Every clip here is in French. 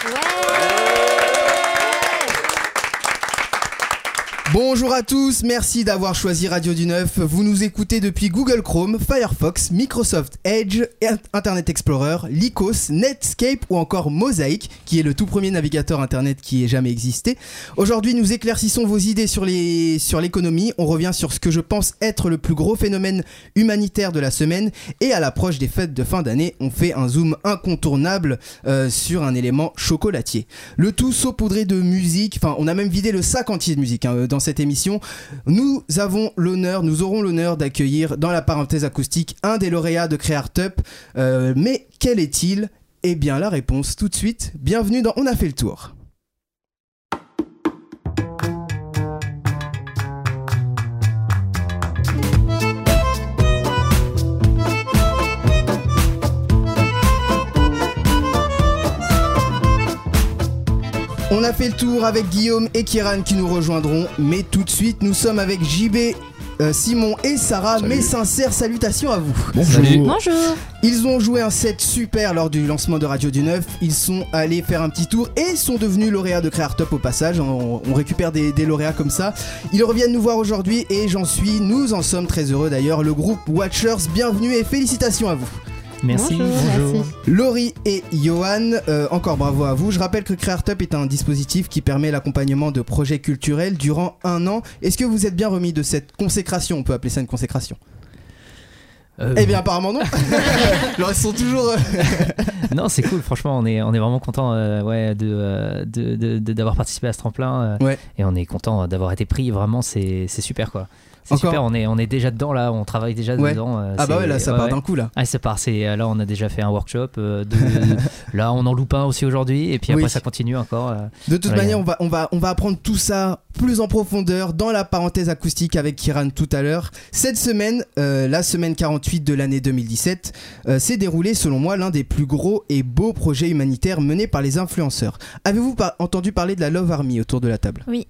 Bonjour à tous, merci d'avoir choisi Radio du Neuf. Vous nous écoutez depuis Google Chrome, Firefox, Microsoft Edge, Internet Explorer, Lycos, Netscape ou encore Mosaic, qui est le tout premier navigateur internet qui ait jamais existé. Aujourd'hui, nous éclaircissons vos idées sur l'économie. On revient sur ce que je pense être le plus gros phénomène humanitaire de la semaine. Et à l'approche des fêtes de fin d'année, on fait un zoom incontournable sur un élément chocolatier. Le tout saupoudré de musique, enfin on a même vidé le sac entier de musique dans cette émission. Nous aurons l'honneur d'accueillir dans la parenthèse acoustique un des lauréats de Créartup. Mais quel est-il ? Eh bien la réponse tout de suite. Bienvenue dans On a fait le tour. On a fait le tour avec Guillaume et Kieran qui nous rejoindront, mais tout de suite nous sommes avec JB, Simon et Sarah. Salut. Mes sincères salutations à vous. Bonjour. Bonjour. Ils ont joué un set super lors du lancement de Radio du Neuf. Ils sont allés faire un petit tour et sont devenus lauréats de Créartup au passage. On récupère des lauréats comme ça. Ils reviennent nous voir aujourd'hui et nous en sommes très heureux d'ailleurs. Le groupe Watchers, bienvenue et félicitations à vous. Merci. Bonjour. Laurie et Johan, encore bravo à vous. Je rappelle que Créartup est un dispositif qui permet l'accompagnement de projets culturels durant 1 an. Est-ce que vous êtes bien remis de cette consécration ? On peut appeler ça une consécration. Eh bien apparemment non. Alors ils sont toujours Non, c'est cool, franchement on est vraiment content d'avoir participé à ce tremplin et on est content d'avoir été pris, vraiment c'est super quoi. C'est encore super, on est déjà dedans là, on travaille déjà dedans. Ah bah ouais, là ça part d'un coup là. Ah ça part, là on a déjà fait un workshop, là on en loupe un aussi aujourd'hui et puis après ça continue encore. De toute manière on va apprendre tout ça plus en profondeur dans la parenthèse acoustique avec Kieran tout à l'heure. Cette semaine, la semaine 48 de l'année 2017, s'est déroulé selon moi l'un des plus gros et beaux projets humanitaires menés par les influenceurs. Avez-vous entendu parler de la Love Army autour de la table ? Oui.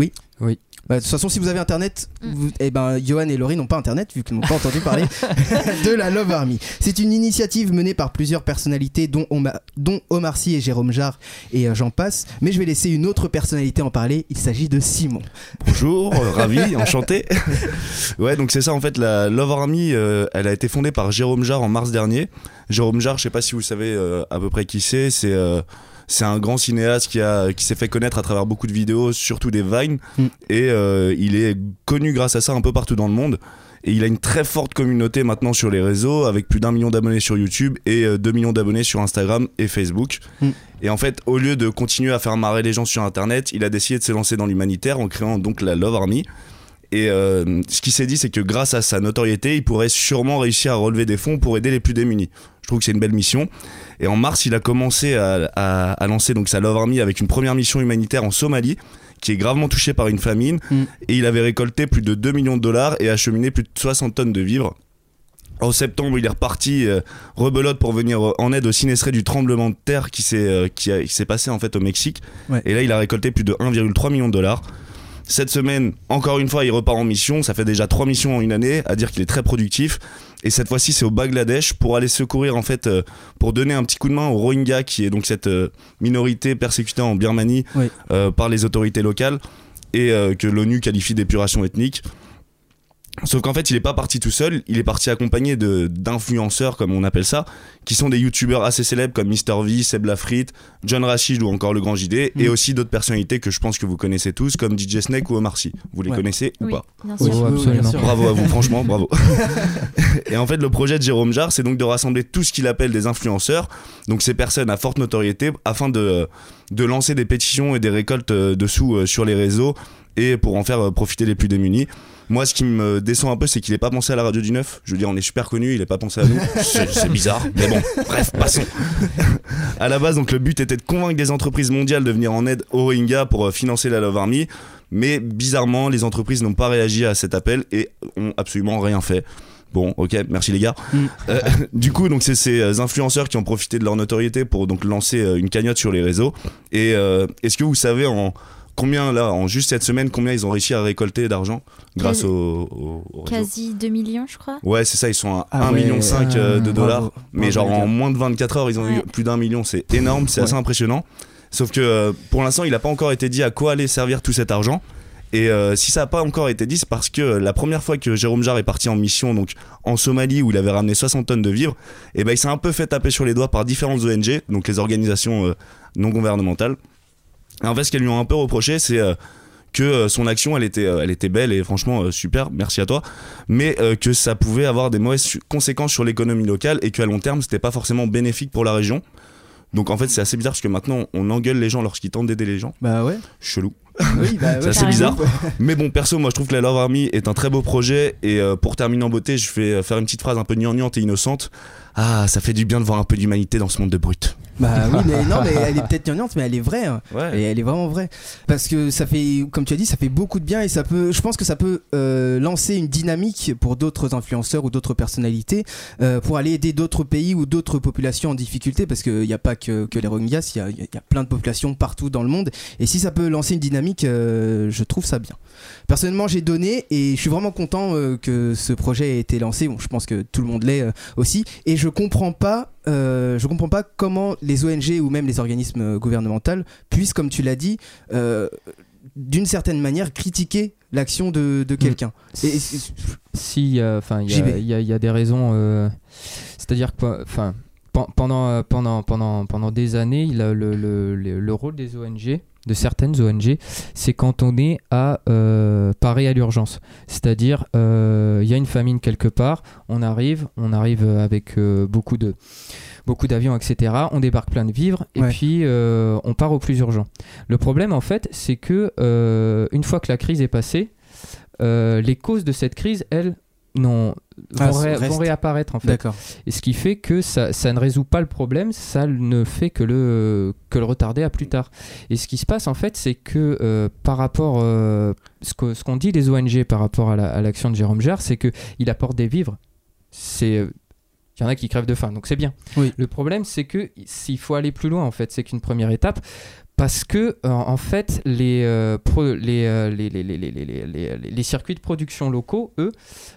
De toute façon, si vous avez internet, Johan et Laurie n'ont pas internet vu qu'ils n'ont pas entendu parler de la Love Army. C'est une initiative menée par plusieurs personnalités dont Omar Sy et Jérôme Jarre et j'en passe. Mais je vais laisser une autre personnalité en parler. Il s'agit de Simon. Bonjour, ravi, enchanté. Ouais, donc c'est ça en fait, la Love Army, elle a été fondée par Jérôme Jarre en mars dernier. Jérôme Jarre, je sais pas si vous savez à peu près qui c'est un grand cinéaste qui s'est fait connaître à travers beaucoup de vidéos, surtout des Vines, et il est connu grâce à ça un peu partout dans le monde. Et il a une très forte communauté maintenant sur les réseaux, avec plus d'1 million d'abonnés sur YouTube et 2 millions d'abonnés sur Instagram et Facebook. Et en fait, au lieu de continuer à faire marrer les gens sur Internet, il a décidé de se lancer dans l'humanitaire en créant donc la Love Army. Et ce qu'il s'est dit, c'est que grâce à sa notoriété, il pourrait sûrement réussir à relever des fonds pour aider les plus démunis. Je trouve que c'est une belle mission. Et en mars, il a commencé à lancer donc sa Love Army avec une première mission humanitaire en Somalie, qui est gravement touchée par une famine. Et il avait récolté plus de 2 millions de dollars et acheminé plus de 60 tonnes de vivres. En septembre, il est reparti rebelote pour venir en aide aux sinistrés du tremblement de terre qui s'est passé en fait au Mexique. Et là, il a récolté plus de 1,3 million de dollars. Cette semaine, encore une fois, il repart en mission. Ça fait déjà 3 missions en une année, à dire qu'il est très productif. Et cette fois-ci, c'est au Bangladesh pour aller secourir, en fait, pour donner un petit coup de main aux Rohingyas, qui est donc cette minorité persécutée en Birmanie par les autorités locales et que l'ONU qualifie d'épuration ethnique. Sauf qu'en fait, il est pas parti tout seul, il est parti accompagné d'influenceurs, comme on appelle ça, qui sont des youtubeurs assez célèbres comme MrV, Seb Lafrite, John Rachid ou encore Le Grand JD, et aussi d'autres personnalités que je pense que vous connaissez tous, comme DJ Snake ou Omar Sy. Vous les connaissez ou pas ? Bien sûr. Oui, absolument. Bravo à vous, franchement, bravo. Et en fait, le projet de Jérôme Jarre, c'est donc de rassembler tout ce qu'il appelle des influenceurs, donc ces personnes à forte notoriété, afin de lancer des pétitions et des récoltes de sous sur les réseaux, et pour en faire profiter les plus démunis. Moi, ce qui me déçoit un peu, c'est qu'il n'ait pas pensé à la Radio du Neuf. Je veux dire, on est super connus, il n'a pas pensé à nous. C'est bizarre, mais bon, bref, passons. À la base, donc, le but était de convaincre des entreprises mondiales de venir en aide aux Rohingyas pour financer la Love Army. Mais bizarrement, les entreprises n'ont pas réagi à cet appel et ont absolument rien fait. Bon, ok, merci les gars. Du coup, donc c'est ces influenceurs qui ont profité de leur notoriété pour donc lancer une cagnotte sur les réseaux. Et est-ce que vous savez combien là, en juste cette semaine, combien ils ont réussi à récolter d'argent grâce au réseau ? Quasi 2 millions, je crois. Ouais, c'est ça, ils sont à 1,5 million de dollars. Mais genre en moins de 24 heures, ils ont eu plus d'1 million. C'est énorme, c'est assez impressionnant. Sauf que pour l'instant, il n'a pas encore été dit à quoi allait servir tout cet argent. Et si ça n'a pas encore été dit, c'est parce que la première fois que Jérôme Jarre est parti en mission, donc en Somalie, où il avait ramené 60 tonnes de vivres, et il s'est un peu fait taper sur les doigts par différentes ONG, donc les organisations non gouvernementales. Et en fait, ce qu'elles lui ont un peu reproché, c'est que son action, elle était belle et franchement super, merci à toi, mais que ça pouvait avoir des mauvaises conséquences sur l'économie locale et qu'à long terme, c'était pas forcément bénéfique pour la région. Donc en fait, c'est assez bizarre parce que maintenant, on engueule les gens lorsqu'ils tentent d'aider les gens. Bah ouais. Chelou. Oui, bah ouais, c'est assez bizarre. Mais bon, perso, moi je trouve que la Love Army est un très beau projet. Et pour terminer en beauté, je vais faire une petite phrase un peu gnangnante et innocente. Ah, ça fait du bien de voir un peu d'humanité dans ce monde de brutes. Bah oui, mais non, mais elle est peut-être gnangnante, mais elle est vraie. Hein. Ouais. Et elle est vraiment vraie. Parce que ça fait, comme tu as dit, ça fait beaucoup de bien et ça peut, je pense que ça peut lancer une dynamique pour d'autres influenceurs ou d'autres personnalités pour aller aider d'autres pays ou d'autres populations en difficulté. Parce qu'il n'y a pas que les Rohingyas, il y a plein de populations partout dans le monde. Et si ça peut lancer une dynamique, je trouve ça bien. Personnellement, j'ai donné et je suis vraiment content que ce projet ait été lancé. Bon, je pense que tout le monde l'est aussi. Et je comprends pas comment les ONG ou même les organismes gouvernementaux puissent, comme tu l'as dit, d'une certaine manière critiquer l'action de quelqu'un. Il y a des raisons. C'est-à-dire que, pendant des années, le rôle des ONG, de certaines ONG, c'est cantonné à parer à l'urgence. C'est-à-dire, il y a une famine quelque part, on arrive avec beaucoup d'avions, etc. On débarque plein de vivres et puis on part au plus urgent. Le problème, en fait, c'est que une fois que la crise est passée, les causes de cette crise, elles, vont réapparaître en fait. D'accord. Et ce qui fait que ça ne résout pas le problème, ça ne fait que le retarder à plus tard. Et ce qui se passe en fait, c'est que par rapport ce qu'on dit les ONG par rapport à l'action de Jérôme Jarre, c'est qu'il apporte des vivres. Il y en a qui crèvent de faim, donc c'est bien. Oui. Le problème, c'est que s'il faut aller plus loin, en fait, c'est qu'une première étape. Parce que en fait, les circuits de production locaux, eux,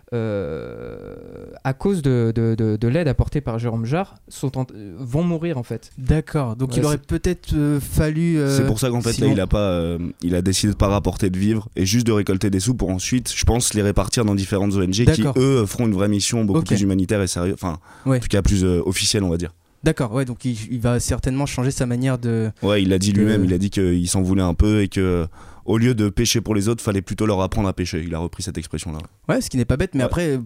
à cause de l'aide apportée par Jérôme Jarre, vont mourir en fait. D'accord. Donc il aurait peut-être fallu. C'est pour ça qu'en fait là, il a décidé de pas rapporter de vivres et juste de récolter des sous pour ensuite, je pense, les répartir dans différentes ONG qui eux feront une vraie mission beaucoup plus humanitaire et sérieuse, enfin en tout cas plus officielle, on va dire. D'accord, ouais, donc il va certainement changer sa manière de... Ouais, il l'a dit lui-même, il a dit qu'il s'en voulait un peu et que au lieu de pêcher pour les autres, fallait plutôt leur apprendre à pêcher. Il a repris cette expression-là. Ouais, ce qui n'est pas bête, mais après,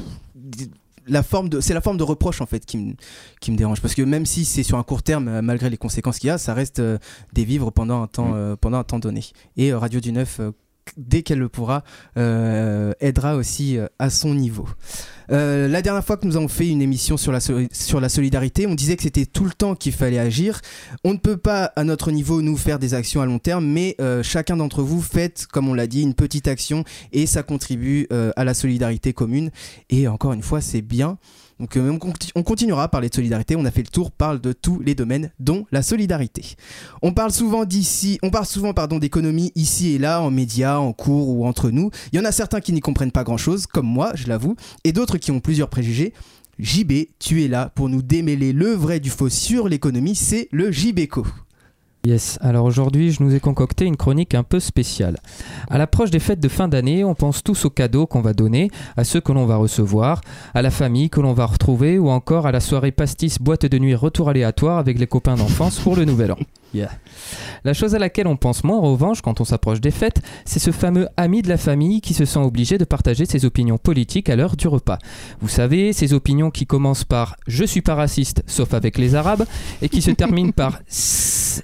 c'est la forme de reproche en fait qui me dérange. Parce que même si c'est sur un court terme, malgré les conséquences qu'il y a, ça reste des vivres pendant un temps donné. Et Radio du Neuf, dès qu'elle le pourra, aidera aussi à son niveau. La dernière fois que nous avons fait une émission sur la solidarité, on disait que c'était tout le temps qu'il fallait agir. On ne peut pas à notre niveau nous faire des actions à long terme, mais chacun d'entre vous faites, comme on l'a dit, une petite action et ça contribue à la solidarité commune. Et encore une fois, c'est bien. Donc on continuera à parler de solidarité. On a fait le tour, parle de tous les domaines, dont la solidarité. On parle souvent d'économie ici et là, en médias, en cours ou entre nous. Il y en a certains qui n'y comprennent pas grand-chose, comme moi, je l'avoue, et d'autres qui ont plusieurs préjugés. JB, tu es là pour nous démêler le vrai du faux sur l'économie, c'est le JBco. Yes, alors aujourd'hui je nous ai concocté une chronique un peu spéciale. À l'approche des fêtes de fin d'année, on pense tous aux cadeaux qu'on va donner, à ceux que l'on va recevoir, à la famille que l'on va retrouver ou encore à la soirée pastis boîte de nuit retour aléatoire avec les copains d'enfance pour le nouvel an. Yeah. La chose à laquelle on pense moins en revanche quand on s'approche des fêtes, c'est ce fameux ami de la famille qui se sent obligé de partager ses opinions politiques à l'heure du repas. Vous savez, ces opinions qui commencent par « je suis pas raciste, sauf avec les arabes » et qui se terminent par « si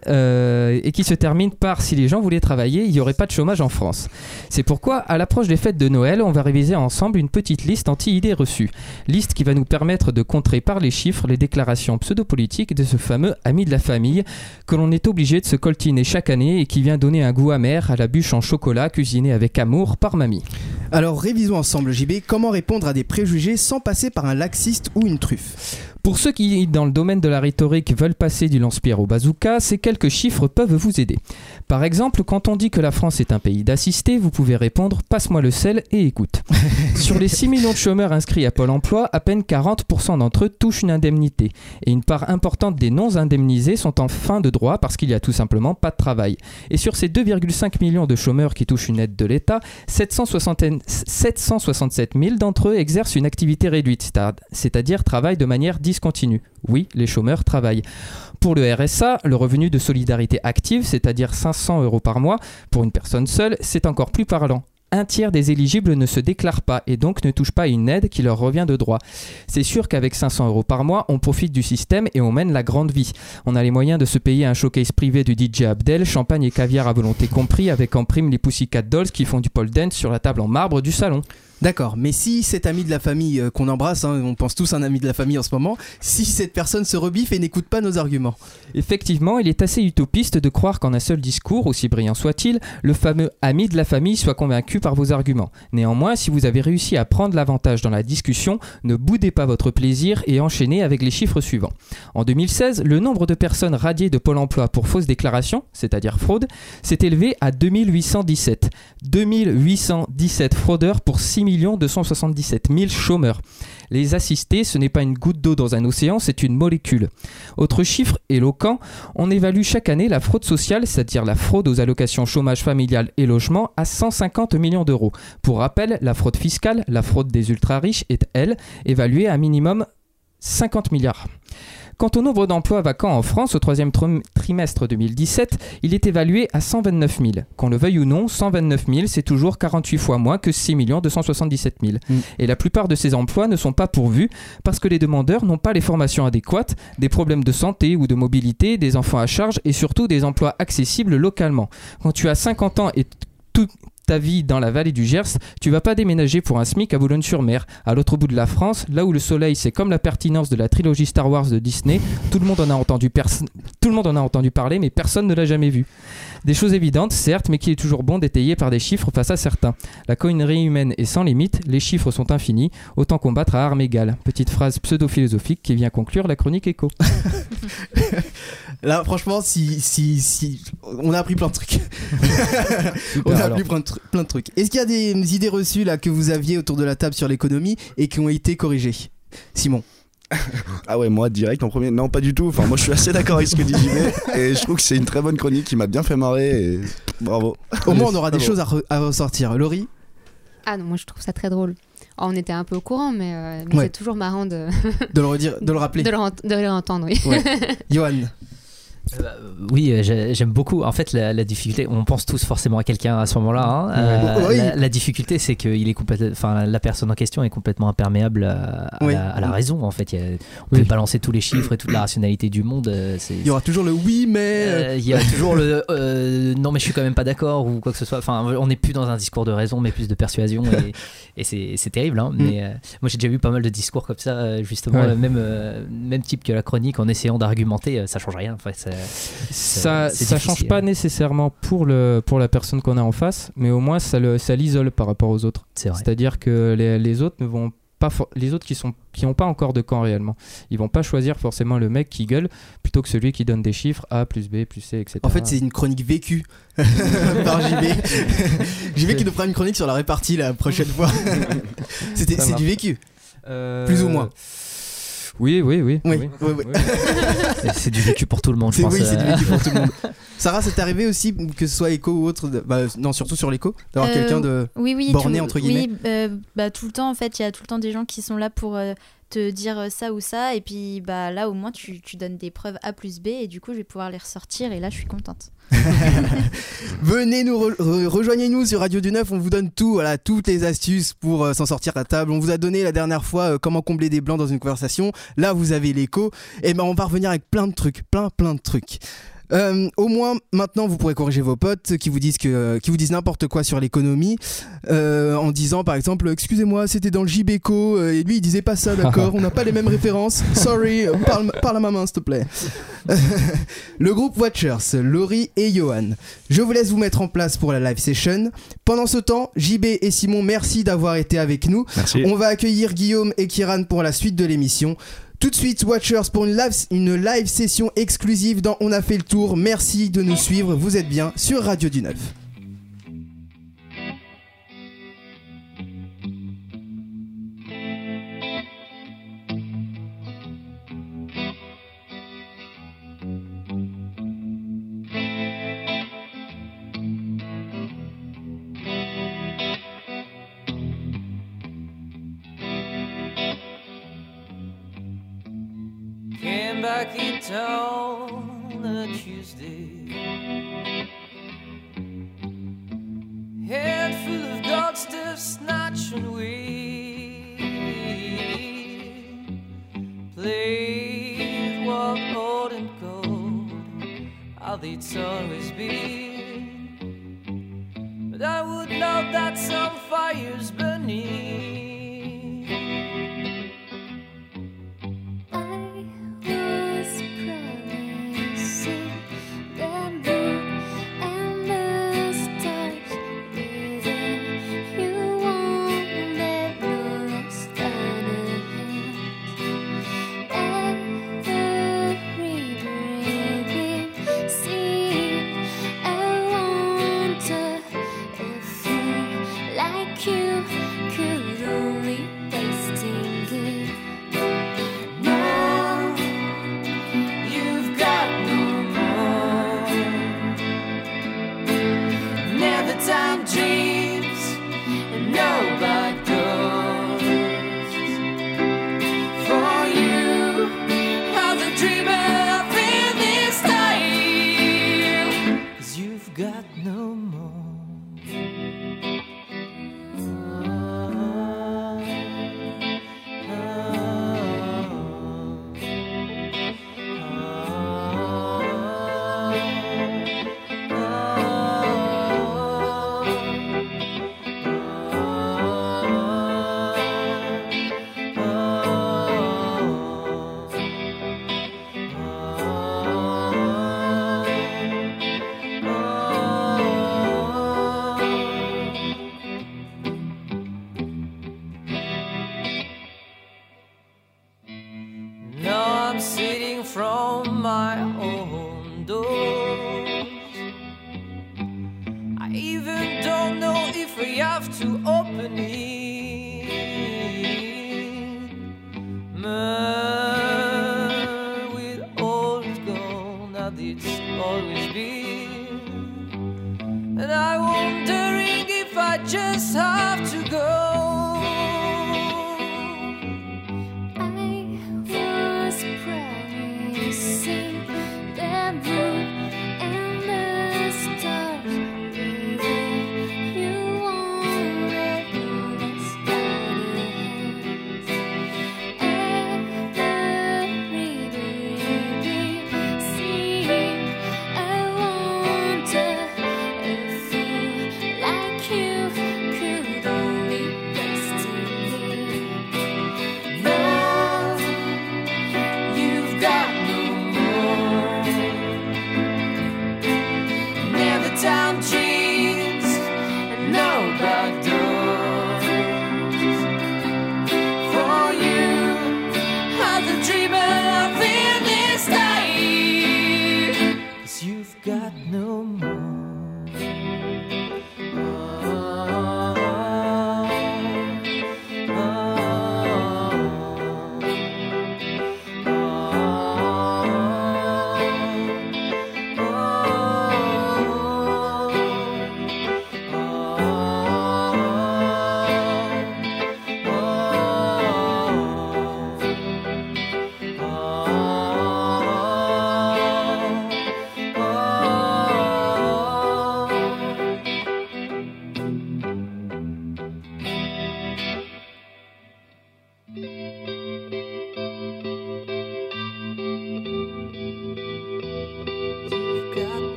les gens voulaient travailler, il n'y aurait pas de chômage en France ». C'est pourquoi, à l'approche des fêtes de Noël, on va réviser ensemble une petite liste anti-idées reçues. Liste qui va nous permettre de contrer par les chiffres les déclarations pseudo-politiques de ce fameux ami de la famille que l'on est obligé de se coltiner chaque année et qui vient donner un goût amer à la bûche en chocolat cuisinée avec amour par mamie. Alors révisons ensemble JB, comment répondre à des préjugés sans passer par un laxiste ou une truffe ? Pour ceux qui, dans le domaine de la rhétorique, veulent passer du lance-pierre au bazooka, ces quelques chiffres peuvent vous aider. Par exemple, quand on dit que la France est un pays d'assistés, vous pouvez répondre « passe-moi le sel et écoute ». Sur les 6 millions de chômeurs inscrits à Pôle emploi, à peine 40% d'entre eux touchent une indemnité. Et une part importante des non-indemnisés sont en fin de droit parce qu'il n'y a tout simplement pas de travail. Et sur ces 2,5 millions de chômeurs qui touchent une aide de l'État, 767 000 d'entre eux exercent une activité réduite, c'est-à-dire travaillent de manière discontinue. Oui, les chômeurs travaillent. Pour le RSA, le revenu de solidarité active, c'est-à-dire 500 € par mois pour une personne seule, c'est encore plus parlant. Un tiers des éligibles ne se déclarent pas et donc ne touchent pas une aide qui leur revient de droit. C'est sûr qu'avec 500 € par mois, on profite du système et on mène la grande vie. On a les moyens de se payer un showcase privé du DJ Abdel, champagne et caviar à volonté compris, avec en prime les Pussycat Dolls qui font du pole dance sur la table en marbre du salon. D'accord, mais si cet ami de la famille qu'on embrasse, on pense tous à un ami de la famille en ce moment, si cette personne se rebiffe et n'écoute pas nos arguments. Effectivement, il est assez utopiste de croire qu'en un seul discours, aussi brillant soit-il, le fameux ami de la famille soit convaincu par vos arguments. Néanmoins, si vous avez réussi à prendre l'avantage dans la discussion, ne boudez pas votre plaisir et enchaînez avec les chiffres suivants. En 2016, le nombre de personnes radiées de Pôle emploi pour fausse déclaration, c'est-à-dire fraude, s'est élevé à 2817. 2817 fraudeurs pour 6 277 000 chômeurs. Les assistés, ce n'est pas une goutte d'eau dans un océan, c'est une molécule. Autre chiffre éloquent, on évalue chaque année la fraude sociale, c'est-à-dire la fraude aux allocations chômage familial et logement, à 150 millions d'euros. Pour rappel, la fraude fiscale, la fraude des ultra-riches, est, elle, évaluée à minimum 50 milliards. Quant au nombre d'emplois vacants en France au troisième trimestre 2017, il est évalué à 129 000. Qu'on le veuille ou non, 129 000, c'est toujours 48 fois moins que 6 277 000. Et la plupart de ces emplois ne sont pas pourvus parce que les demandeurs n'ont pas les formations adéquates, des problèmes de santé ou de mobilité, des enfants à charge et surtout des emplois accessibles localement. Quand tu as 50 ans et toute ta vie dans la vallée du Gers, tu vas pas déménager pour un SMIC à Boulogne-sur-Mer, à l'autre bout de la France, là où le soleil c'est comme la pertinence de la trilogie Star Wars de Disney, tout le monde en a entendu parler mais personne ne l'a jamais vu. Des choses évidentes, certes, mais qu'il est toujours bon d'étayer par des chiffres face à certains. La coïnerie humaine est sans limite, les chiffres sont infinis, autant combattre à armes égales. Petite phrase pseudo-philosophique qui vient conclure la chronique éco. Là, franchement, si on a appris plein de trucs. On a appris plein de trucs. Est-ce qu'il y a des idées reçues là que vous aviez autour de la table sur l'économie et qui ont été corrigées, Simon? Ah ouais, moi direct en premier, non pas du tout, enfin moi je suis assez d'accord avec ce que dit JB et je trouve que c'est une très bonne chronique qui m'a bien fait marrer et bravo. Au moins on aura des choses à ressortir. Laurie? Ah non, moi je trouve ça très drôle. Oh, on était un peu au courant mais ouais. C'est toujours marrant de le rappeler, de le réentendre, oui. Ouais. Johan? Oui, j'aime beaucoup. En fait, la difficulté, on pense tous forcément à quelqu'un à ce moment-là. Hein. Oui. La difficulté, c'est que la personne en question est complètement imperméable à la raison. En fait, on peut balancer tous les chiffres et toute la rationalité du monde. Il y aura toujours le oui, mais. Il y a toujours le non, mais je suis quand même pas d'accord ou quoi que ce soit. Enfin, on n'est plus dans un discours de raison, mais plus de persuasion. Et c'est terrible. Hein. Mais moi, j'ai déjà vu pas mal de discours comme ça, justement, même type que la chronique, en essayant d'argumenter, ça change rien. En fait, ça change pas nécessairement pour la personne qu'on a en face, mais au moins ça l'isole par rapport aux autres. C'est-à-dire que les autres ne vont pas les autres qui n'ont pas encore de camp réellement, ils vont pas choisir forcément le mec qui gueule plutôt que celui qui donne des chiffres A plus B plus C, etc. En fait, c'est une chronique vécue par JB. JB qui nous fera une chronique sur la répartie la prochaine fois. C'est du vécu, plus ou moins. Oui. C'est du vécu pour tout le monde, je pense. Oui, c'est du vécu pour tout le monde. Sarah, c'est arrivé aussi, que ce soit éco ou autre, non, surtout sur l'éco, d'avoir quelqu'un de borné, entre guillemets? Oui, tout le temps, en fait, il y a tout le temps des gens qui sont là pour te dire ça ou ça, et puis là, au moins, tu donnes des preuves A plus B, et du coup, je vais pouvoir les ressortir, et là, je suis contente. Venez nous rejoignez-nous sur Radio du Neuf, on vous donne toutes les astuces pour s'en sortir à table. On vous a donné la dernière fois comment combler des blancs dans une conversation. Là vous avez l'écho, et on va revenir avec plein de trucs, plein de trucs. Au moins maintenant vous pourrez corriger vos potes qui vous disent n'importe quoi sur l'économie, en disant par exemple excusez-moi c'était dans le JBECO et lui il disait pas ça, d'accord, on n'a pas les mêmes références, sorry, parle à ma main s'il te plaît. Le groupe Watchers, Laurie et Johan, je vous laisse vous mettre en place pour la live session. Pendant ce temps, JB et Simon, merci d'avoir été avec nous. Merci. On va accueillir Guillaume et Kieran pour la suite de l'émission. Tout de suite, Watchers, pour une live session exclusive dans On a fait le tour. Merci de nous suivre, vous êtes bien sur Radio du 9. Back in town on a Tuesday, head full of God stuff snatched away. Played what old and cold, how it's always been. But I would know that some fire's burning.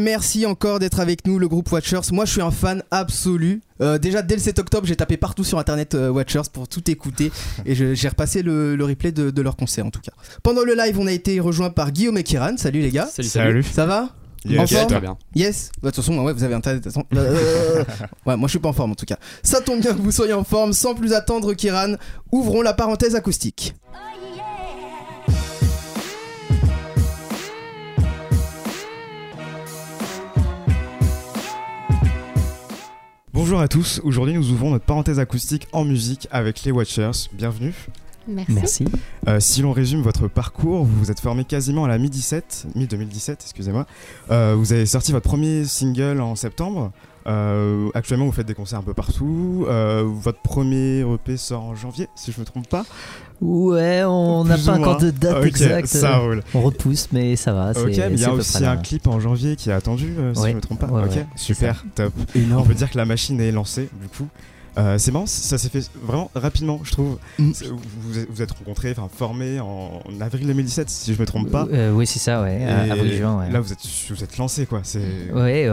merci encore d'être avec nous, le groupe Watchers. Moi, je suis un fan absolu. Déjà, dès le 7 octobre, j'ai tapé partout sur internet Watchers pour tout écouter. Et j'ai repassé le replay de leur concert, en tout cas. Pendant le live, on a été rejoint par Guillaume et Kiran. Salut les gars. Salut. Ça va? Yes. En forme? Très bien. Yes. De toute façon, ouais, vous avez internet. Ouais, moi je suis pas en forme en tout cas. Ça tombe bien que vous soyez en forme. Sans plus attendre, Kiran, ouvrons la parenthèse acoustique. Bonjour à tous, aujourd'hui nous ouvrons notre parenthèse acoustique en musique avec les Watchers. Bienvenue. Merci. Si l'on résume votre parcours, vous vous êtes formé quasiment à la mi-2017, excusez-moi. Vous avez sorti votre premier single en septembre. Actuellement vous faites des concerts un peu partout. Votre premier EP sort en janvier, si je me trompe pas. Ouais, on n'a Plus pas ou encore moins. de date Ok, exacte. ça roule. On repousse, mais ça va. Ok, mais il y c'est a à peu aussi près là. un clip en janvier qui est attendu, si Ouais. je me trompe pas. Ouais, ok, ouais, super, top. On peut dire que la machine est lancée, du coup. C'est marrant, ça s'est fait vraiment rapidement, je trouve. Vous êtes rencontrés, formés en avril 2017, si je me trompe pas. Oui, c'est ça, ouais. Et Avril-juin, ouais. là, vous êtes lancés, quoi. Ouais,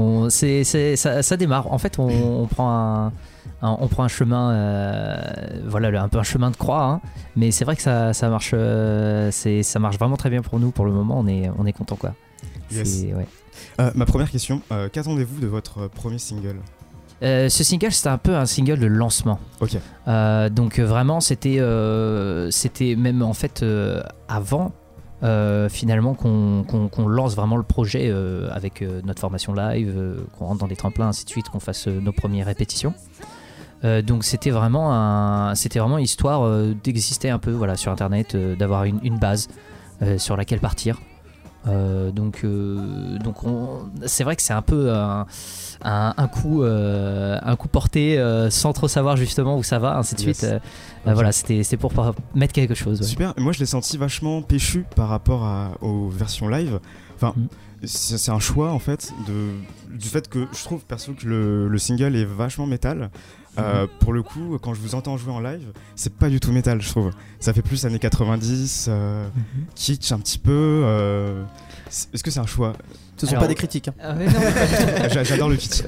ça démarre. En fait, on prend un chemin, un peu un chemin de croix, hein. Mais c'est vrai que ça marche, ça marche vraiment très bien pour nous. Pour le moment, on est content, quoi. Yes. Ouais. Ma première question, qu'attendez-vous de votre premier single ? Ce single, c'était un peu un single de lancement. Ok. Donc vraiment, c'était même en fait avant. Finalement qu'on lance vraiment le projet avec notre formation live, qu'on rentre dans des tremplins, ainsi de suite, qu'on fasse nos premières répétitions. Donc c'était vraiment histoire d'exister un peu sur internet, d'avoir une base sur laquelle partir. Donc c'est vrai que c'est un peu un coup porté sans trop savoir justement où ça va, ainsi de suite. Okay. Voilà, c'était pour mettre quelque chose. Ouais. Super. Moi, je l'ai senti vachement péchu par rapport aux versions live. Enfin, c'est un choix en fait du fait que je trouve perso que le single est vachement métal. Pour le coup, quand je vous entends jouer en live, c'est pas du tout métal, je trouve. Ça fait plus années 90, kitsch un petit peu. Est-ce que c'est un choix ? Ce sont pas des critiques. Hein. Ah ouais, non, J'adore le kitsch.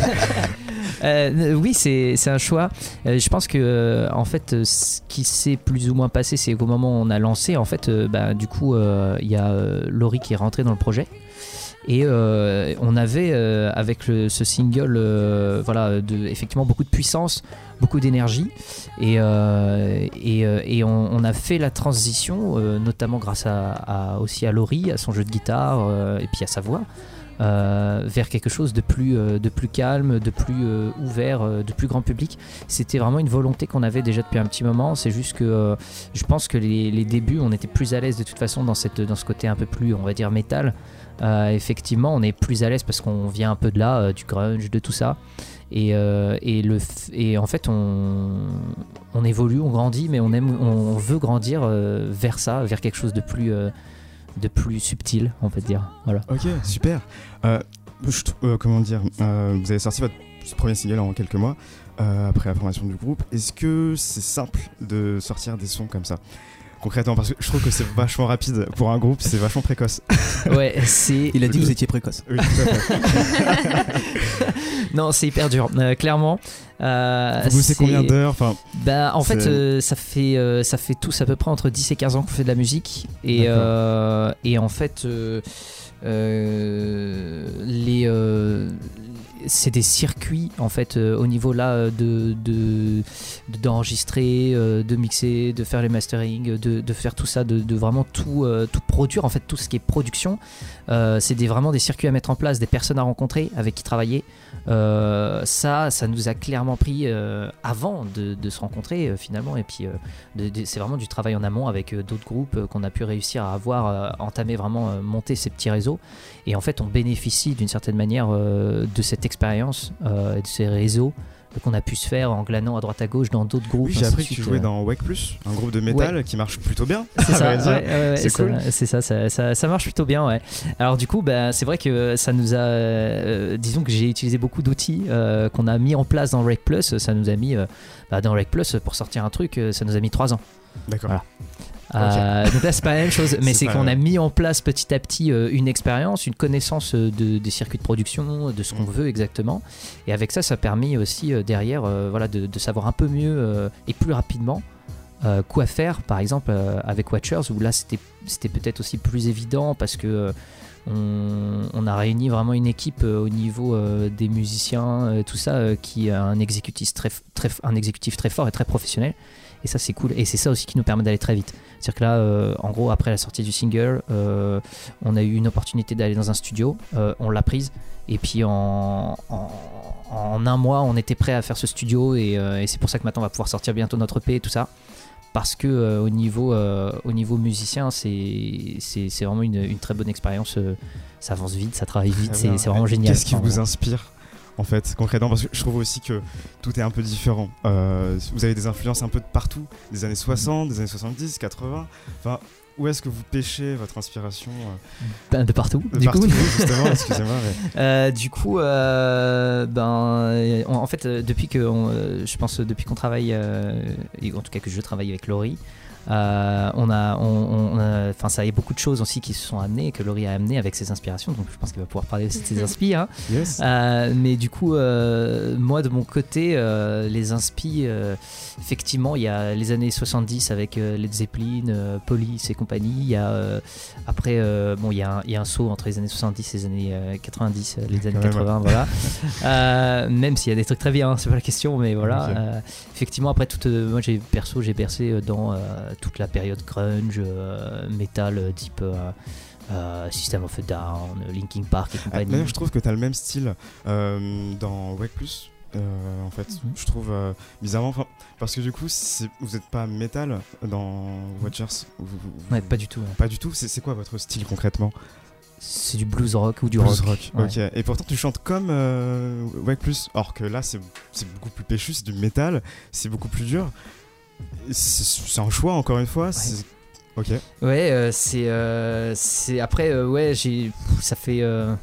Oui, c'est un choix. Je pense que en fait, ce qui s'est plus ou moins passé, c'est qu'au moment où on a lancé, en fait, du coup, il y a Laurie qui est rentrée dans le projet. Et on avait avec ce single effectivement beaucoup de puissance, beaucoup d'énergie et on a fait la transition notamment grâce aussi à Laurie, à son jeu de guitare et puis à sa voix vers quelque chose de plus calme, de plus ouvert, de plus grand public. C'était vraiment une volonté qu'on avait déjà depuis un petit moment. C'est juste que je pense que les débuts, on était plus à l'aise de toute façon dans ce côté un peu plus, on va dire, métal. Effectivement, on est plus à l'aise parce qu'on vient un peu de là, du grunge, de tout ça. Et en fait, on évolue, on grandit, mais on veut grandir vers ça, vers quelque chose de plus subtil, on peut dire. Voilà. Ok, super. Comment dire, vous avez sorti votre premier single en quelques mois après la formation du groupe. Est-ce que c'est simple de sortir des sons comme ça ? Concrètement, parce que je trouve que c'est vachement rapide pour un groupe, c'est vachement précoce. Ouais, il a dit que vous étiez précoce. Oui, tout à fait. Non, c'est hyper dur, clairement. Vous bossez combien d'heures ? En fait, ça fait tous à peu près entre 10 et 15 ans qu'on fait de la musique. Et en fait, c'est des circuits en fait au niveau là d'enregistrer, de mixer, de faire les mastering, de faire tout ça, de vraiment tout produire en fait, tout ce qui est production. C'est vraiment des circuits à mettre en place, des personnes à rencontrer, avec qui travailler. Ça nous a clairement pris avant de se rencontrer finalement, et puis c'est vraiment du travail en amont avec d'autres groupes qu'on a pu réussir à avoir entamé, vraiment monter ces petits réseaux. Et en fait on bénéficie d'une certaine manière de cette expérience et de ces réseaux qu'on a pu se faire en glanant à droite à gauche dans d'autres groupes. Oui, j'ai appris que tu jouais dans Wake Plus, un groupe de métal qui marche plutôt bien. C'est ça, c'est cool. C'est ça marche plutôt bien, ouais. Alors du coup, c'est vrai que ça nous a, disons que j'ai utilisé beaucoup d'outils qu'on a mis en place dans Wake Plus. Ça nous a mis dans Wake Plus pour sortir un truc, ça nous a mis 3 ans. D'accord. Voilà. Donc là, c'est pas la même chose, mais c'est pas qu'on la a mis en place petit à petit une expérience, une connaissance des circuits de production, de ce qu'on veut exactement. Et avec ça, ça permet aussi derrière de savoir un peu mieux et plus rapidement quoi faire, par exemple avec Watchers, où là c'était peut-être aussi plus évident parce que on a réuni vraiment une équipe au niveau des musiciens, tout ça, qui a un exécutif très fort et très professionnel. Et ça, c'est cool. Et c'est ça aussi qui nous permet d'aller très vite. C'est-à-dire que là, en gros, après la sortie du single, on a eu une opportunité d'aller dans un studio. On l'a prise. Et puis en un mois, on était prêt à faire ce studio. Et c'est pour ça que maintenant, on va pouvoir sortir bientôt notre EP et tout ça. Parce que au niveau musicien, c'est vraiment une très bonne expérience. Ça avance vite, ça travaille vite. C'est vraiment génial. Qu'est-ce qui vous inspire en fait, concrètement, parce que je trouve aussi que tout est un peu différent. Vous avez des influences un peu de partout, des années 60, des années 70, 80. Enfin, où est-ce que vous pêchez votre inspiration De partout. De partout, justement, excusez-moi. Mais... Du coup, en fait, depuis qu'on travaille, et en tout cas que je travaille avec Laurie, ça y a beaucoup de choses aussi qui se sont amenées, que Laurie a amené avec ses inspirations, donc je pense qu'il va pouvoir parler aussi de ses inspi. Hein. Yes. Mais du coup, moi de mon côté, les inspi, effectivement, il y a les années 70 avec Led Zeppelin, Police et compagnie. Il y a après, il y a un saut entre les années 70 et les années 90, les années 80, voilà. Même s'il y a des trucs très bien, hein, c'est pas la question, mais voilà. Okay. Effectivement, après, moi j'ai bercé dans toute la période grunge, metal, type System of a Down, Linkin Park et compagnie. D'ailleurs, je trouve que tu as le même style dans Wake Plus. En fait, je trouve bizarrement, parce que du coup, vous n'êtes pas métal dans Watchers. Ouais, pas du tout. Ouais. Pas du tout. C'est quoi votre style concrètement? C'est du blues rock ou du blues rock. Ouais. Ok. Et pourtant, tu chantes comme Wake Plus, or que là, c'est beaucoup plus péchu, c'est du métal, c'est beaucoup plus dur. C'est un choix encore une fois. Ouais. Ok. Ouais, c'est après ça fait.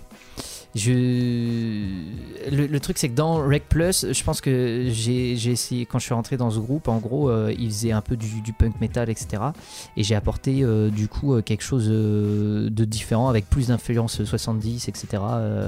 Le truc c'est que dans Rec Plus, je pense que j'ai essayé, quand je suis rentré dans ce groupe, en gros ils faisaient un peu du punk metal, etc. Et j'ai apporté du coup quelque chose de différent avec plus d'influence 70, etc.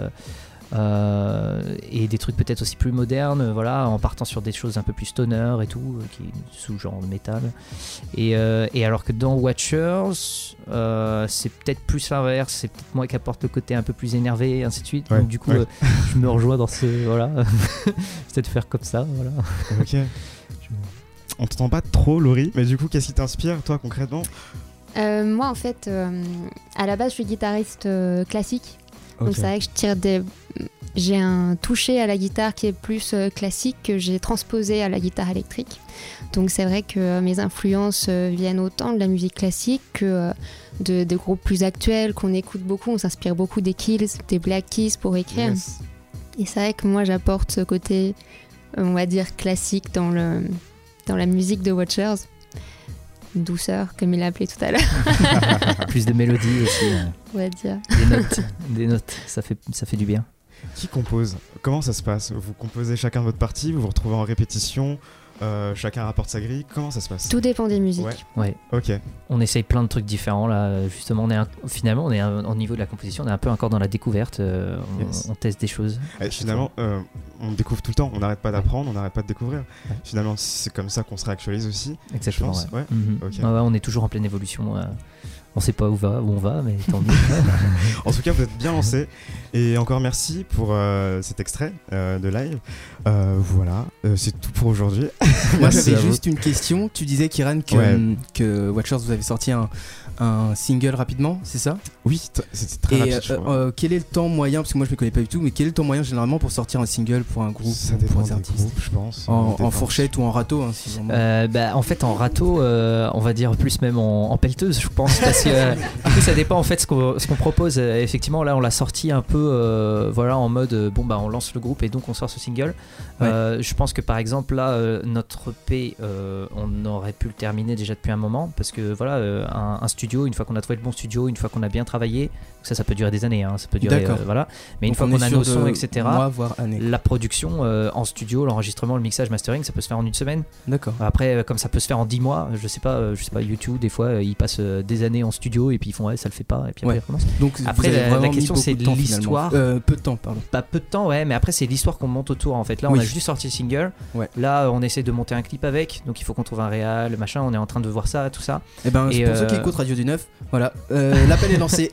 Et des trucs peut-être aussi plus modernes, voilà, en partant sur des choses un peu plus stoner et tout, qui est sous-genre de métal. Et alors que dans Watchers, c'est peut-être plus l'inverse, c'est peut-être moi qui apporte le côté un peu plus énervé, et ainsi de suite. Ouais, donc du coup, je me rejoins dans ce... Voilà, peut-être faire comme ça, voilà. Ok. On t'entend pas trop, Laurie, mais du coup, qu'est-ce qui t'inspire, toi, concrètement? Moi, en fait, à la base, je suis guitariste classique. Okay. Donc c'est vrai que j'ai un toucher à la guitare qui est plus classique que j'ai transposé à la guitare électrique. Donc c'est vrai que mes influences viennent autant de la musique classique que de groupes plus actuels qu'on écoute beaucoup. On s'inspire beaucoup des Kills, des Black Keys pour écrire. Yes. Et c'est vrai que moi j'apporte ce côté, on va dire, classique dans la musique de Watchers. Une douceur, comme il l'a appelé tout à l'heure. Plus de mélodie aussi. On va dire. Des notes, ça fait du bien. Qui compose? Comment ça se passe? Vous composez chacun votre partie, vous vous retrouvez en répétition, chacun rapporte sa grille, comment ça se passe? Tout dépend des musiques. Ouais. Ok. On essaye plein de trucs différents là, justement. Finalement, au niveau de la composition, on est un peu encore dans la découverte. On teste des choses. Et finalement, on découvre tout le temps, on n'arrête pas d'apprendre, on n'arrête pas de découvrir. Ouais. Finalement, c'est comme ça qu'on se réactualise aussi. Exactement. Je pense. Ouais. Okay. On est toujours en pleine évolution. On sait pas où on va, mais tant mieux. En tout cas, vous êtes bien lancés. Et encore merci pour cet extrait de live. Voilà, c'est tout pour aujourd'hui. Moi, j'avais juste une question. Tu disais, Kiran, que Watchers, vous avez sorti un single rapidement, c'est ça? Oui, c'était très rapide. Quel est le temps moyen, parce que moi je me connais pas du tout, mais quel est le temps moyen généralement pour sortir un single pour un groupe? Ça dépend des groupes, je pense. En fourchette ou en râteau, hein, si en fait, en râteau, on va dire plus même en pelleteuse, je pense, parce parce que du coup, ça dépend en fait ce qu'on propose. Effectivement, là, on l'a sorti un peu, voilà, en mode bon bah on lance le groupe et donc on sort ce single. Je pense que par exemple là, notre EP, on aurait pu le terminer déjà depuis un moment parce que voilà, un studio, une fois qu'on a trouvé le bon studio, une fois qu'on a bien travaillé, ça peut durer des années, hein, ça peut durer, voilà. Mais donc une fois qu'on a nos sons, etc. Mois, voire années. La production en studio, l'enregistrement, le mixage, mastering, ça peut se faire en une semaine. D'accord. Après, comme ça peut se faire en 10 mois, je sais pas, YouTube, des fois, ils passent des années en studio et puis ils font ouais, ça le fait pas, et puis après ils recommencent. Donc après, la question c'est de l'histoire. Peu de temps, pardon. Pas peu de temps, ouais, mais après c'est l'histoire qu'on monte autour en fait. Là, on a juste sorti le single. Ouais. Là, on essaie de monter un clip avec, donc il faut qu'on trouve un réal, machin. On est en train de voir ça, tout ça. Et ben, c'est pour ceux qui écoutent Radio du Neuf, voilà, l'appel est lancé.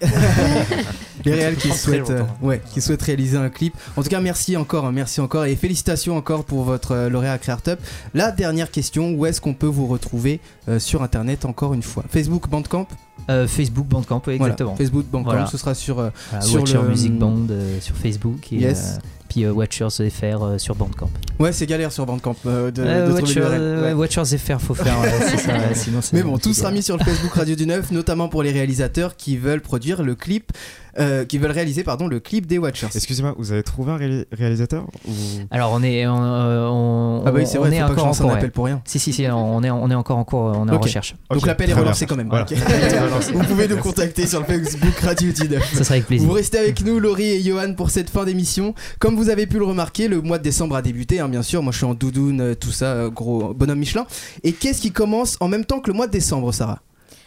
Les réals qui souhaitent réaliser un clip. En tout cas, merci encore et félicitations encore pour votre lauréat Créartup. La dernière question, où est-ce qu'on peut vous retrouver sur internet encore une fois? Facebook, Bandcamp? Facebook, Bandcamp, oui, exactement. Voilà, Facebook, Bandcamp, ce sera sur Watcher Music Band sur Facebook et puis Watchers FR sur Bandcamp. Ouais, c'est galère sur Bandcamp de trouver Watchers FR, faut faire c'est ça, sinon c'est. Mais bon, tout sera mis sur le Facebook Radio du Neuf, notamment pour les réalisateurs qui veulent produire le clip. Qui veulent réaliser le clip des Watchers. Excusez-moi, vous avez trouvé un réalisateur ou... Alors on est c'est vrai, faut pas que je lance un appel pour rien. Si, on est encore en cours, on est en recherche. Donc l'appel est relancé quand même. Voilà. Vous pouvez nous contacter sur le Facebook Radio du Neuf. Ça sera avec plaisir. Vous restez avec nous, Laurie et Johan, pour cette fin d'émission. Comme vous avez pu le remarquer, le mois de décembre a débuté, hein, bien sûr. Moi je suis en doudoune, tout ça, gros bonhomme Michelin. Et qu'est-ce qui commence en même temps que le mois de décembre, Sarah?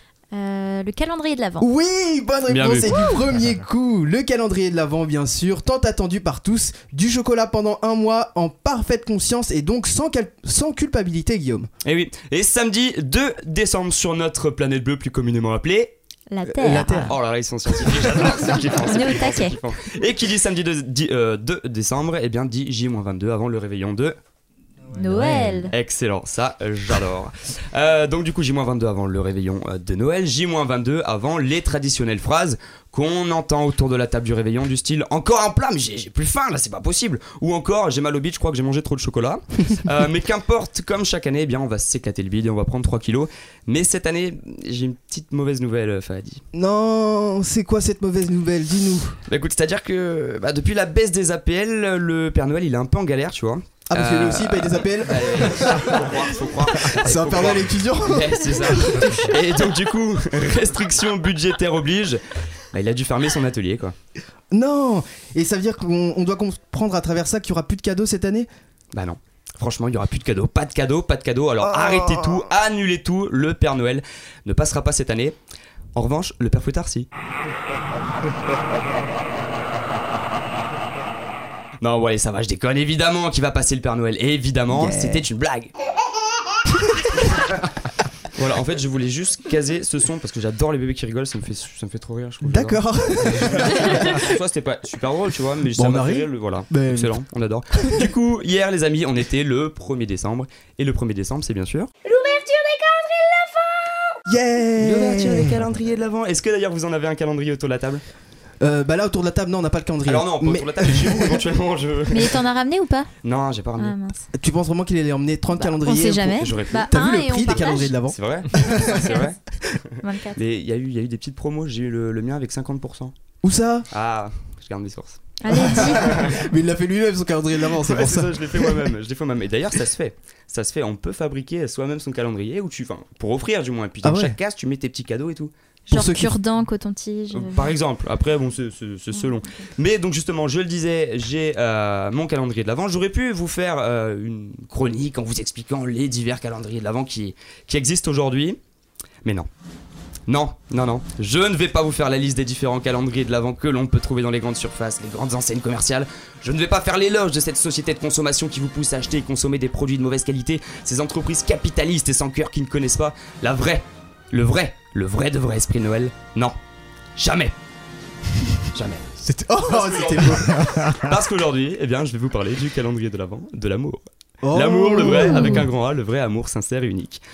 Le calendrier de l'Avent. Oui, bonne réponse, c'est du premier coup. Le calendrier de l'Avent, bien sûr, tant attendu par tous. Du chocolat pendant un mois en parfaite conscience et donc sans culpabilité, Guillaume. Et oui, et samedi 2 décembre sur notre planète bleue plus communément appelée... La Terre. Oh là là, ils sont scientifiques, j'adore, c'est kiffant. On est au taquet. Et qui dit samedi 2 décembre, eh bien dit J-22 avant le réveillon de... Noël. Excellent, ça j'adore. Donc du coup J-22 avant le réveillon de Noël, J-22 avant les traditionnelles phrases qu'on entend autour de la table du réveillon du style encore un plat mais j'ai plus faim là, c'est pas possible, ou encore j'ai mal au bide, je crois que j'ai mangé trop de chocolat. Mais qu'importe, comme chaque année, eh bien on va s'éclater le bide et on va prendre 3 kilos. Mais cette année j'ai une petite mauvaise nouvelle, Fahadi. Non, c'est quoi cette mauvaise nouvelle, dis-nous. Bah écoute, c'est à dire que depuis la baisse des APL, le Père Noël il est un peu en galère, tu vois. Ah, parce que lui aussi il paye des APL. Faut croire. C'est un Père Noël étudiant. Ouais, c'est ça. Et donc du coup, restriction budgétaire oblige, il a dû fermer son atelier, quoi. Non. Et ça veut dire qu'on doit comprendre à travers ça qu'il y aura plus de cadeaux cette année? Bah non. Franchement, il y aura plus de cadeaux, pas de cadeaux. Alors arrêtez tout, annulez tout. Le Père Noël ne passera pas cette année. En revanche, le Père Fouettard, si. Non, ouais, ça va, je déconne. Évidemment qu'il va passer le Père Noël. Évidemment, c'était une blague. Voilà, en fait, je voulais juste caser ce son parce que j'adore les bébés qui rigolent, ça me fait trop rire, je trouve. D'accord. Soit c'était pas super drôle, tu vois, mais ça m'a fait rire, voilà. Excellent, on adore. Du coup, hier, les amis, on était le 1er décembre. Et le 1er décembre, c'est bien sûr... l'ouverture des calendriers de l'Avent. L'ouverture des calendriers de l'Avent. Est-ce que d'ailleurs vous en avez un calendrier autour de la table? Bah là autour de la table non, on n'a pas le calendrier. Alors non, pas autour de la table, chez vous éventuellement Mais t'en as ramené ou pas? Non, j'ai pas ramené. Ah, mince. Tu penses vraiment qu'il allait emmener 30 calendriers? On sait jamais. T'as vu le prix des calendriers de l'Avent? C'est vrai. C'est vrai. 24. Mais il y a eu des petites promos, j'ai eu le mien avec 50%. Où ça? Ah, je garde mes sources. Allez, dis. Mais il l'a fait lui-même son calendrier de l'Avent, c'est pour ça. Je l'ai fait moi-même. Et d'ailleurs ça se fait, on peut fabriquer soi-même son calendrier pour offrir du moins. Et puis dans chaque case tu mets tes petits cadeaux et tout. Genre cure-dent, coton-tige. Par exemple, après bon c'est selon. Mais donc justement je le disais, j'ai mon calendrier de l'Avent. J'aurais pu vous faire une chronique en vous expliquant les divers calendriers de l'Avent qui existent aujourd'hui. Mais non. Non, je ne vais pas vous faire la liste des différents calendriers de l'Avent que l'on peut trouver dans les grandes surfaces, les grandes enseignes commerciales. Je ne vais pas faire l'éloge de cette société de consommation qui vous pousse à acheter et consommer des produits de mauvaise qualité, ces entreprises capitalistes et sans cœur qui ne connaissent pas le vrai de vrai esprit de Noël. Non, jamais. Jamais. C'était beau. Parce qu'aujourd'hui, je vais vous parler du calendrier de l'Avent, de l'amour. L'amour, le vrai, avec un grand A, le vrai amour sincère et unique.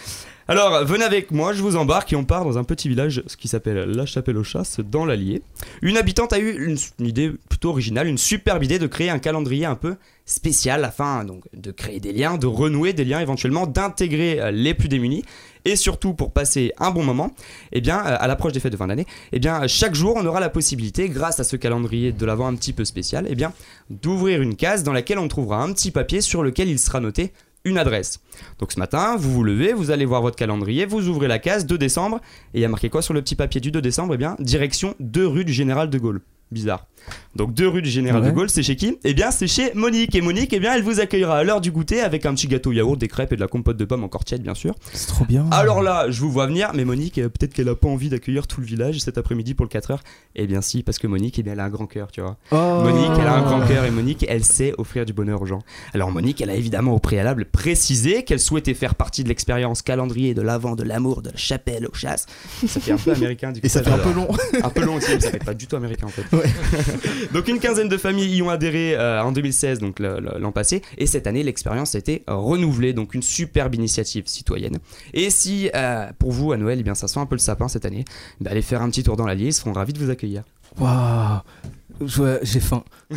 Alors, venez avec moi, je vous embarque et on part dans un petit village qui s'appelle La Chapelle-aux-Chasses, dans l'Allier. Une habitante a eu une idée plutôt originale, une superbe idée de créer un calendrier un peu spécial afin donc, de créer des liens, de renouer des liens éventuellement, d'intégrer les plus démunis et surtout pour passer un bon moment, eh bien, à l'approche des fêtes de fin d'année, eh bien, chaque jour on aura la possibilité, grâce à ce calendrier de l'Avent un petit peu spécial, eh bien, d'ouvrir une case dans laquelle on trouvera un petit papier sur lequel il sera noté une adresse. Donc ce matin, vous vous levez, vous allez voir votre calendrier, vous ouvrez la case 2 décembre et il y a marqué quoi sur le petit papier du 2 décembre ? Eh bien, direction 2 rue du Général de Gaulle. Bizarre. Donc 2 rue du Général de Gaulle, c'est chez qui ? Eh bien c'est chez Monique. Et Monique, eh bien elle vous accueillera à l'heure du goûter avec un petit gâteau yaourt, des crêpes et de la compote de pommes encore tiède bien sûr. C'est trop bien. Alors là, je vous vois venir, mais Monique, peut-être qu'elle a pas envie d'accueillir tout le village cet après-midi pour le 4h. Eh bien si, parce que Monique, eh bien elle a un grand cœur, tu vois. Monique, elle a un grand cœur et Monique, elle sait offrir du bonheur aux gens. Alors Monique, elle a évidemment au préalable précisé qu'elle souhaitait faire partie de l'expérience calendrier de l'Avent, de l'amour, de la chapelle aux chasses. Ça fait un peu américain du coup. Et ça fait un peu long. Un peu long aussi, mais ça fait pas du tout américain en fait. Ouais. Donc une quinzaine de familles y ont adhéré en 2016, donc l'an passé, et cette année l'expérience a été renouvelée, donc une superbe initiative citoyenne. Et si pour vous à Noël, eh bien ça sent un peu le sapin cette année, bah, allez faire un petit tour dans l'Allier, ils seront ravis de vous accueillir. Waouh, j'ai faim. Ouais.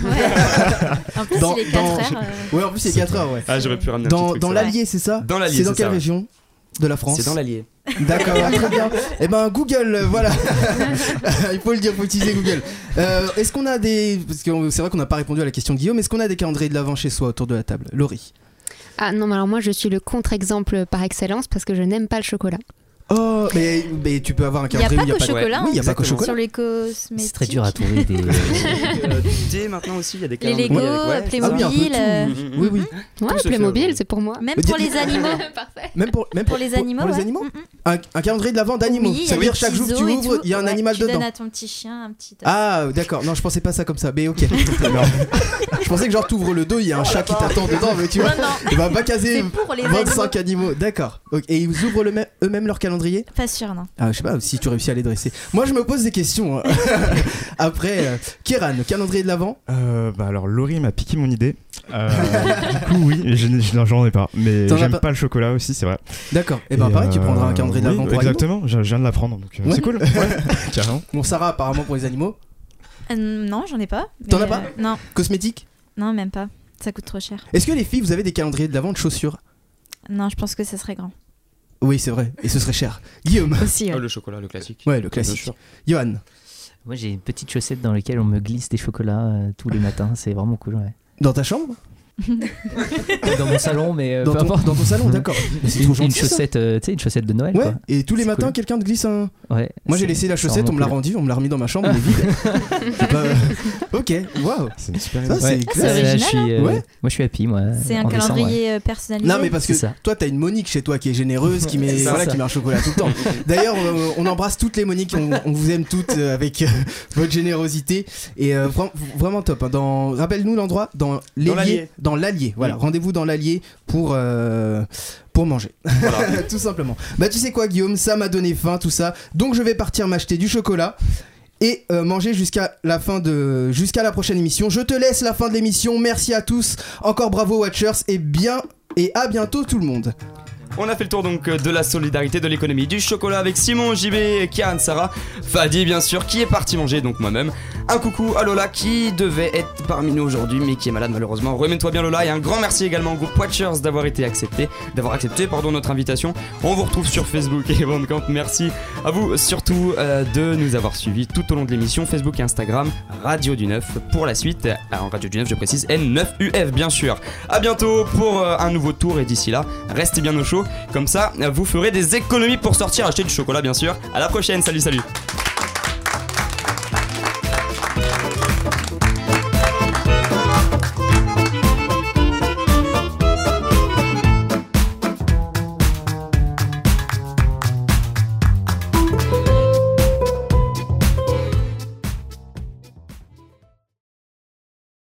En plus il est 4h. Ouais, en plus c'est 4h, ouais. Ah, j'aurais pu ramener un petit truc. Dans l'Allier, c'est ça ? Dans l'Allier, c'est dans quelle région de la France ? C'est dans l'Allier. D'accord, très bien. Eh ben Google, voilà. Il faut le dire, faut utiliser Google. Est-ce qu'on a des... Parce que c'est vrai qu'on n'a pas répondu à la question de Guillaume. Est-ce qu'on a des calendriers de l'Avent chez soi autour de la table ? Laurie ? Ah non, mais alors moi je suis le contre-exemple par excellence parce que je n'aime pas le chocolat. Oh, mais tu peux avoir un calendrier où il n'y a pas de chocolat. Oui, il n'y a pas que chocolat. Sur les cosmétiques. C'est très dur à trouver des. Du thé maintenant aussi, il y a des calendriers. Les Lego, Playmobil. Oui, oui. Ouais, Playmobil, c'est pour moi. Même pour les animaux. Parfait. Même pour les animaux. Pour les animaux. Un calendrier de l'Avent d'animaux. Oui, ça veut dire chaque jour que tu ouvres, il y a un animal dedans. Tu donnes à ton petit chien un petit. Ah, d'accord. Non, je pensais pas ça comme ça. Mais ok. Je pensais que genre t'ouvres le dos, il y a un chat qui t'attend dedans, mais tu vois. Il va pas caser 25 animaux. D'accord. Et ils ouvrent eux-mêmes leur calendrier ? Pas sûr, non. Ah, je sais pas si tu réussis à les dresser. Moi, je me pose des questions. Après, Kéran, le calendrier de l'Avent. Bah alors, Laurie m'a piqué mon idée. Du coup, oui, j'en ai pas. Mais j'aime pas le chocolat aussi, c'est vrai. D'accord. Et ben pareil, tu prendras un calendrier de l'Avent pour exactement, je viens de l'apprendre, donc c'est cool. Ouais, carrément. Bon, Sarah, apparemment pour les animaux. Non, j'en ai pas. T'en as pas ? Non. Cosmétiques ? Non, même pas. Ça coûte trop cher. Est-ce que les filles, vous avez des calendriers de l'Avent de chaussures ? Non, je pense que ça serait grand. Oui, c'est vrai, et ce serait cher. Guillaume aussi, ouais. Le chocolat, le classique. Ouais, le classique. Johan. Moi, j'ai une petite chaussette dans laquelle on me glisse des chocolats tous les matins. C'est vraiment cool, ouais. Dans ta chambre ? Dans mon salon, mais dans ton salon, d'accord. C'est trop gentil, une chaussette, tu sais, une chaussette de Noël. Ouais. Quoi. Et tous les matins, cool. quelqu'un te glisse un. Ouais. Moi, j'ai laissé la chaussette, on me l'a rendue, on me l'a remis dans ma chambre, elle est vide. Ok, waouh. C'est une super idée. C'est original. Moi, je suis happy, moi. C'est un calendrier personnalisé. Non, mais parce que toi, t'as une Monique chez toi qui est généreuse, qui met un chocolat tout le temps. D'ailleurs, on embrasse toutes les Moniques, on vous aime toutes avec votre générosité et vraiment top. Rappelle-nous l'endroit dans l'Allier. Voilà, rendez-vous dans l'Allier pour manger. Voilà. Tout simplement. Bah tu sais quoi Guillaume, ça m'a donné faim tout ça. Donc je vais partir m'acheter du chocolat et manger jusqu'à la prochaine émission. Je te laisse la fin de l'émission. Merci à tous. Encore bravo Watchers et à bientôt tout le monde. On a fait le tour donc de la solidarité, de l'économie du chocolat avec Simon, JB, Kian, Sarah, Fadi bien sûr qui est parti manger, donc moi-même. Un coucou à Lola qui devait être parmi nous aujourd'hui mais qui est malade malheureusement. Remets-toi bien Lola et un grand merci également au groupe Watchers d'avoir accepté notre invitation. On vous retrouve sur Facebook et Bandcamp. Merci à vous surtout de nous avoir suivis tout au long de l'émission, Facebook et Instagram, Radio du 9 pour la suite. En Radio du 9 je précise N9UF bien sûr. A bientôt pour un nouveau tour et d'ici là, restez bien au chaud. Comme ça, vous ferez des économies pour sortir acheter du chocolat bien sûr. À la prochaine, salut.